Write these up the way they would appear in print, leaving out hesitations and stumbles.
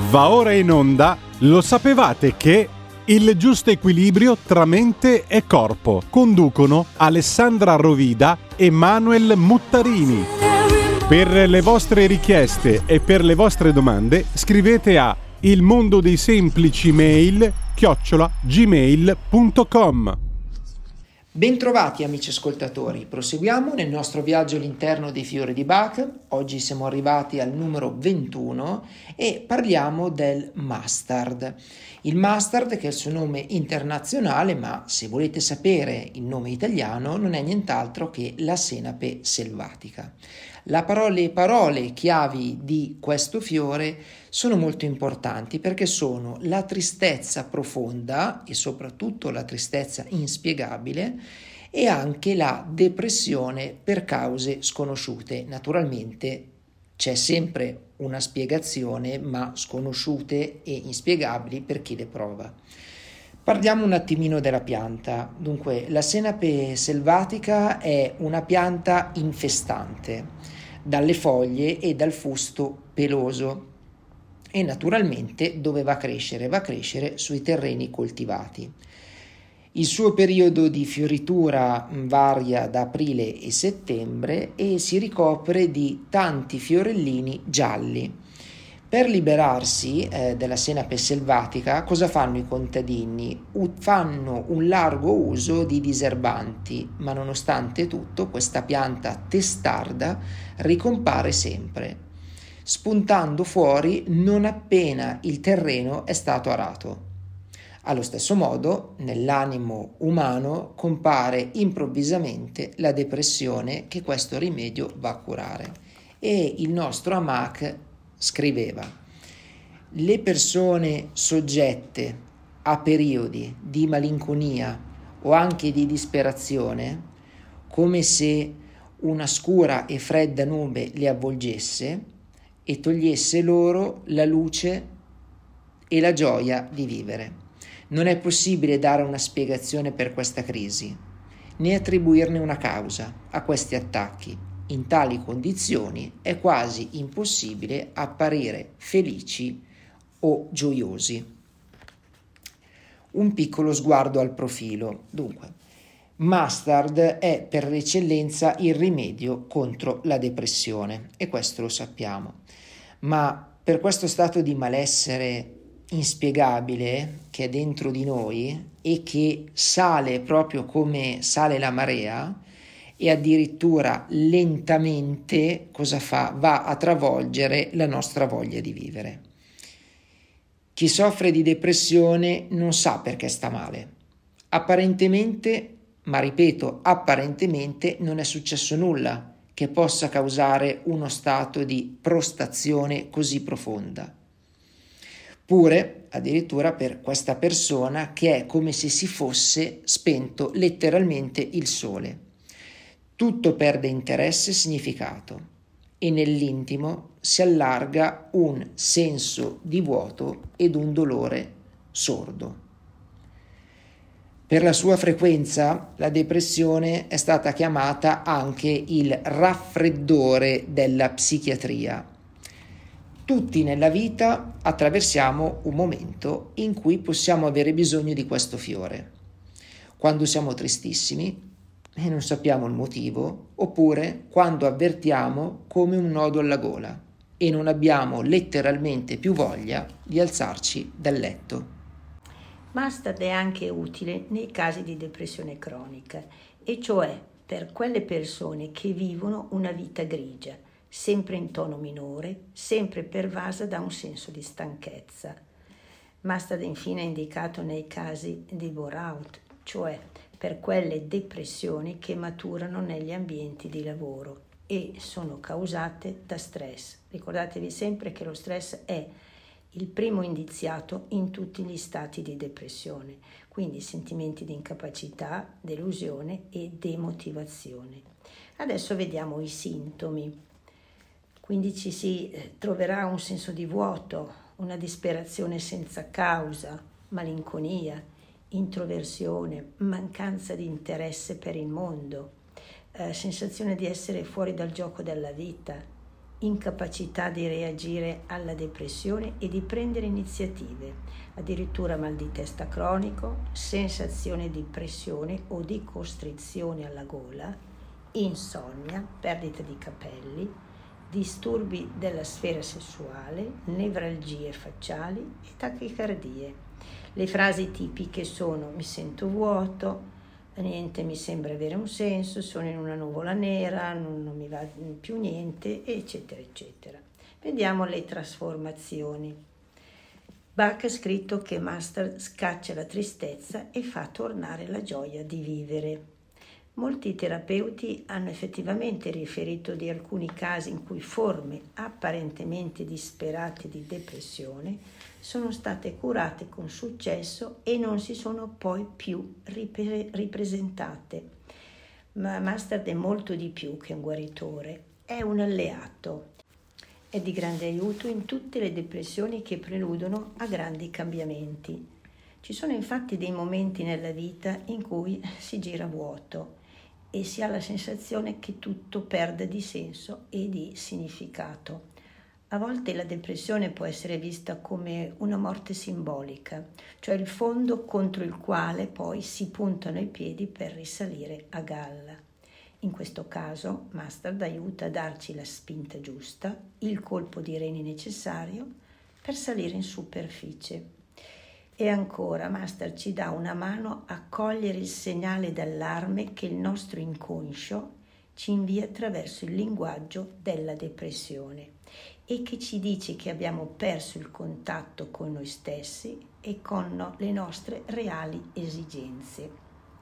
Va ora in onda, lo sapevate che il giusto equilibrio tra mente e corpo conducono Alessandra Rovida e Manuel Muttarini. Per le vostre richieste e per le vostre domande scrivete a ilmondodeisemplici@gmail.com. Bentrovati amici ascoltatori, proseguiamo nel nostro viaggio all'interno dei fiori di Bach. Oggi siamo arrivati al numero 21 e parliamo del mustard. Il mustard, che è il suo nome internazionale, ma se volete sapere il nome italiano, non è nient'altro che la senape selvatica. Le parole chiavi di questo fiore sono molto importanti perché sono la tristezza profonda e soprattutto la tristezza inspiegabile e anche la depressione per cause sconosciute. Naturalmente c'è sempre una spiegazione, ma sconosciute e inspiegabili per chi le prova. Parliamo un attimino della pianta. Dunque, la senape selvatica è una pianta infestante dalle foglie e dal fusto peloso e naturalmente dove va a crescere? Va a crescere sui terreni coltivati. Il suo periodo di fioritura varia da aprile e settembre e si ricopre di tanti fiorellini gialli. Per liberarsi della senape selvatica, cosa fanno i contadini? Fanno un largo uso di diserbanti, ma nonostante tutto questa pianta testarda ricompare sempre, spuntando fuori non appena il terreno è stato arato. Allo stesso modo, nell'animo umano compare improvvisamente la depressione che questo rimedio va a curare. E il nostro Amac scriveva: le persone soggette a periodi di malinconia o anche di disperazione, come se una scura e fredda nube le avvolgesse e togliesse loro la luce e la gioia di vivere. Non è possibile dare una spiegazione per questa crisi, né attribuirne una causa a questi attacchi. In tali condizioni è quasi impossibile apparire felici o gioiosi. Un piccolo sguardo al profilo. Dunque, mustard è per eccellenza il rimedio contro la depressione e questo lo sappiamo. Ma per questo stato di malessere inspiegabile che è dentro di noi e che sale proprio come sale la marea e addirittura lentamente cosa fa? Va a travolgere la nostra voglia di vivere. Chi soffre di depressione non sa perché sta male. Apparentemente, ma ripeto, apparentemente non è successo nulla che possa causare uno stato di prostrazione così profonda. Pure, addirittura per questa persona che è come se si fosse spento letteralmente il sole. Tutto perde interesse e significato e nell'intimo si allarga un senso di vuoto ed un dolore sordo. Per la sua frequenza, la depressione è stata chiamata anche il raffreddore della psichiatria. Tutti nella vita attraversiamo un momento in cui possiamo avere bisogno di questo fiore. Quando siamo tristissimi e non sappiamo il motivo, oppure quando avvertiamo come un nodo alla gola e non abbiamo letteralmente più voglia di alzarci dal letto. Mustard è anche utile nei casi di depressione cronica, e cioè per quelle persone che vivono una vita grigia, sempre in tono minore, sempre pervasa da un senso di stanchezza. Mustard infine è indicato nei casi di burnout, cioè per quelle depressioni che maturano negli ambienti di lavoro e sono causate da stress. Ricordatevi sempre che lo stress è il primo indiziato in tutti gli stati di depressione, quindi sentimenti di incapacità, delusione e demotivazione. Adesso vediamo i sintomi. Quindi ci si troverà un senso di vuoto, una disperazione senza causa, malinconia, introversione, mancanza di interesse per il mondo, sensazione di essere fuori dal gioco della vita, incapacità di reagire alla depressione e di prendere iniziative, addirittura mal di testa cronico, sensazione di pressione o di costrizione alla gola, insonnia, perdita di capelli, disturbi della sfera sessuale, nevralgie facciali e tachicardie. Le frasi tipiche sono: mi sento vuoto, niente mi sembra avere un senso, sono in una nuvola nera, non mi va più niente, eccetera, eccetera. Vediamo le trasformazioni. Bach ha scritto che Mustard scaccia la tristezza e fa tornare la gioia di vivere. Molti terapeuti hanno effettivamente riferito di alcuni casi in cui forme apparentemente disperate di depressione sono state curate con successo e non si sono poi più ripresentate. Ma Mustard è molto di più che un guaritore, è un alleato. È di grande aiuto in tutte le depressioni che preludono a grandi cambiamenti. Ci sono infatti dei momenti nella vita in cui si gira vuoto e si ha la sensazione che tutto perde di senso e di significato. A volte la depressione può essere vista come una morte simbolica, cioè il fondo contro il quale poi si puntano i piedi per risalire a galla. In questo caso Mustard aiuta a darci la spinta giusta, il colpo di reni necessario per salire in superficie. E ancora Mustard ci dà una mano a cogliere il segnale d'allarme che il nostro inconscio ci invia attraverso il linguaggio della depressione e che ci dice che abbiamo perso il contatto con noi stessi e con le nostre reali esigenze.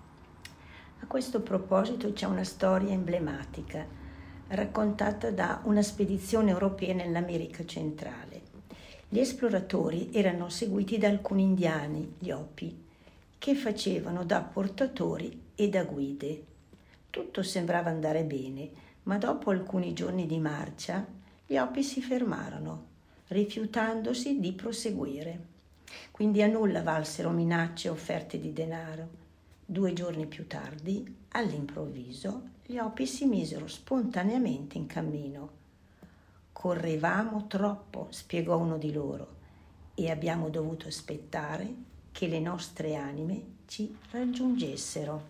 A questo proposito c'è una storia emblematica raccontata da una spedizione europea nell'America centrale. Gli esploratori erano seguiti da alcuni indiani, gli Hopi, che facevano da portatori e da guide. Tutto sembrava andare bene, ma dopo alcuni giorni di marcia gli Hopi si fermarono, rifiutandosi di proseguire. Quindi a nulla valsero minacce e offerte di denaro. 2 giorni più tardi, all'improvviso, gli Hopi si misero spontaneamente in cammino. Correvamo troppo, spiegò uno di loro, e abbiamo dovuto aspettare che le nostre anime ci raggiungessero.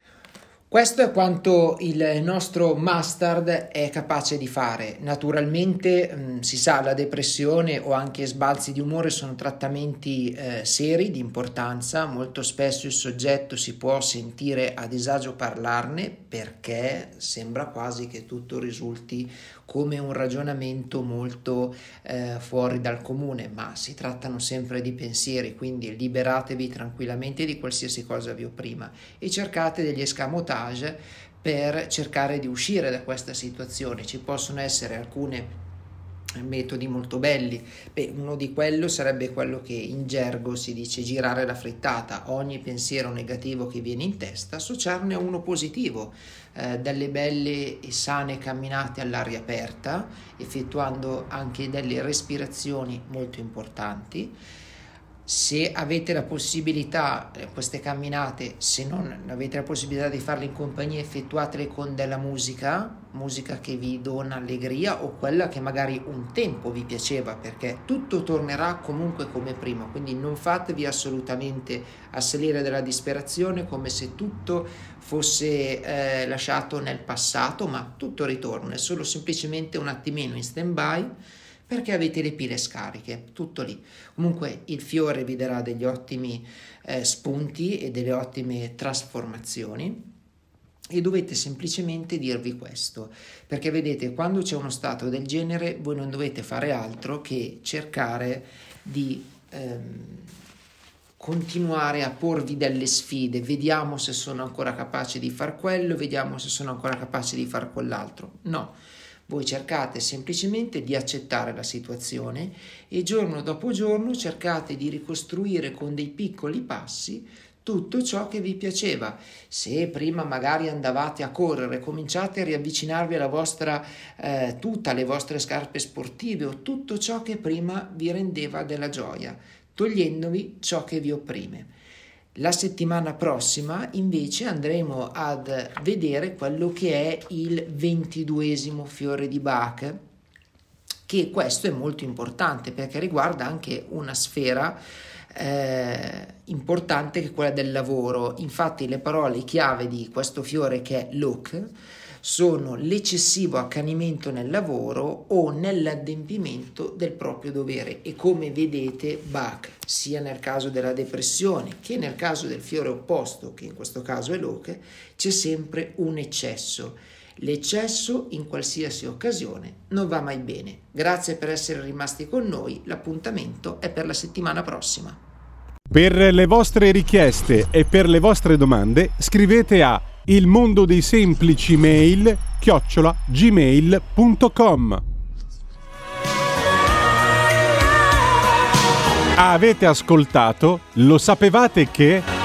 Questo è quanto il nostro Mustard è capace di fare. Naturalmente si sa, la depressione o anche sbalzi di umore sono trattamenti seri, di importanza. Molto spesso il soggetto si può sentire a disagio parlarne perché sembra quasi che tutto risulti come un ragionamento molto fuori dal comune, ma si trattano sempre di pensieri, quindi liberatevi tranquillamente di qualsiasi cosa vi opprima e cercate degli escamotage per cercare di uscire da questa situazione. Ci possono essere alcuni metodi molto belli. Uno di quello sarebbe quello che in gergo si dice girare la frittata: ogni pensiero negativo che viene in testa associarne a uno positivo, delle belle e sane camminate all'aria aperta, effettuando anche delle respirazioni molto importanti. Se avete la possibilità, queste camminate, se non avete la possibilità di farle in compagnia, effettuatele con della musica che vi dona allegria o quella che magari un tempo vi piaceva, perché tutto tornerà comunque come prima, quindi non fatevi assolutamente assalire dalla disperazione come se tutto fosse lasciato nel passato, ma tutto ritorna, è solo semplicemente un attimino in stand-by, perché avete le pile scariche, tutto lì. Comunque il fiore vi darà degli ottimi spunti e delle ottime trasformazioni e dovete semplicemente dirvi questo, perché vedete, quando c'è uno stato del genere voi non dovete fare altro che cercare di continuare a porvi delle sfide. Vediamo se sono ancora capace di far quello, vediamo se sono ancora capace di far quell'altro. No. Voi cercate semplicemente di accettare la situazione e giorno dopo giorno cercate di ricostruire con dei piccoli passi tutto ciò che vi piaceva. Se prima magari andavate a correre, cominciate a riavvicinarvi alla vostra tuta, alle vostre scarpe sportive o tutto ciò che prima vi rendeva della gioia, togliendovi ciò che vi opprime. La settimana prossima invece andremo ad vedere quello che è il 22esimo fiore di Bach, che questo è molto importante perché riguarda anche una sfera importante che è quella del lavoro. Infatti le parole chiave di questo fiore, che è look, sono l'eccessivo accanimento nel lavoro o nell'adempimento del proprio dovere, e come vedete Bach, sia nel caso della depressione che nel caso del fiore opposto, che in questo caso è l'oche, c'è sempre un eccesso. L'eccesso in qualsiasi occasione non va mai bene. Grazie per essere rimasti con noi, l'appuntamento è per la settimana prossima. Per le vostre richieste e per le vostre domande scrivete a ilmondodeisemplici@gmail.com. Avete ascoltato? Lo sapevate che...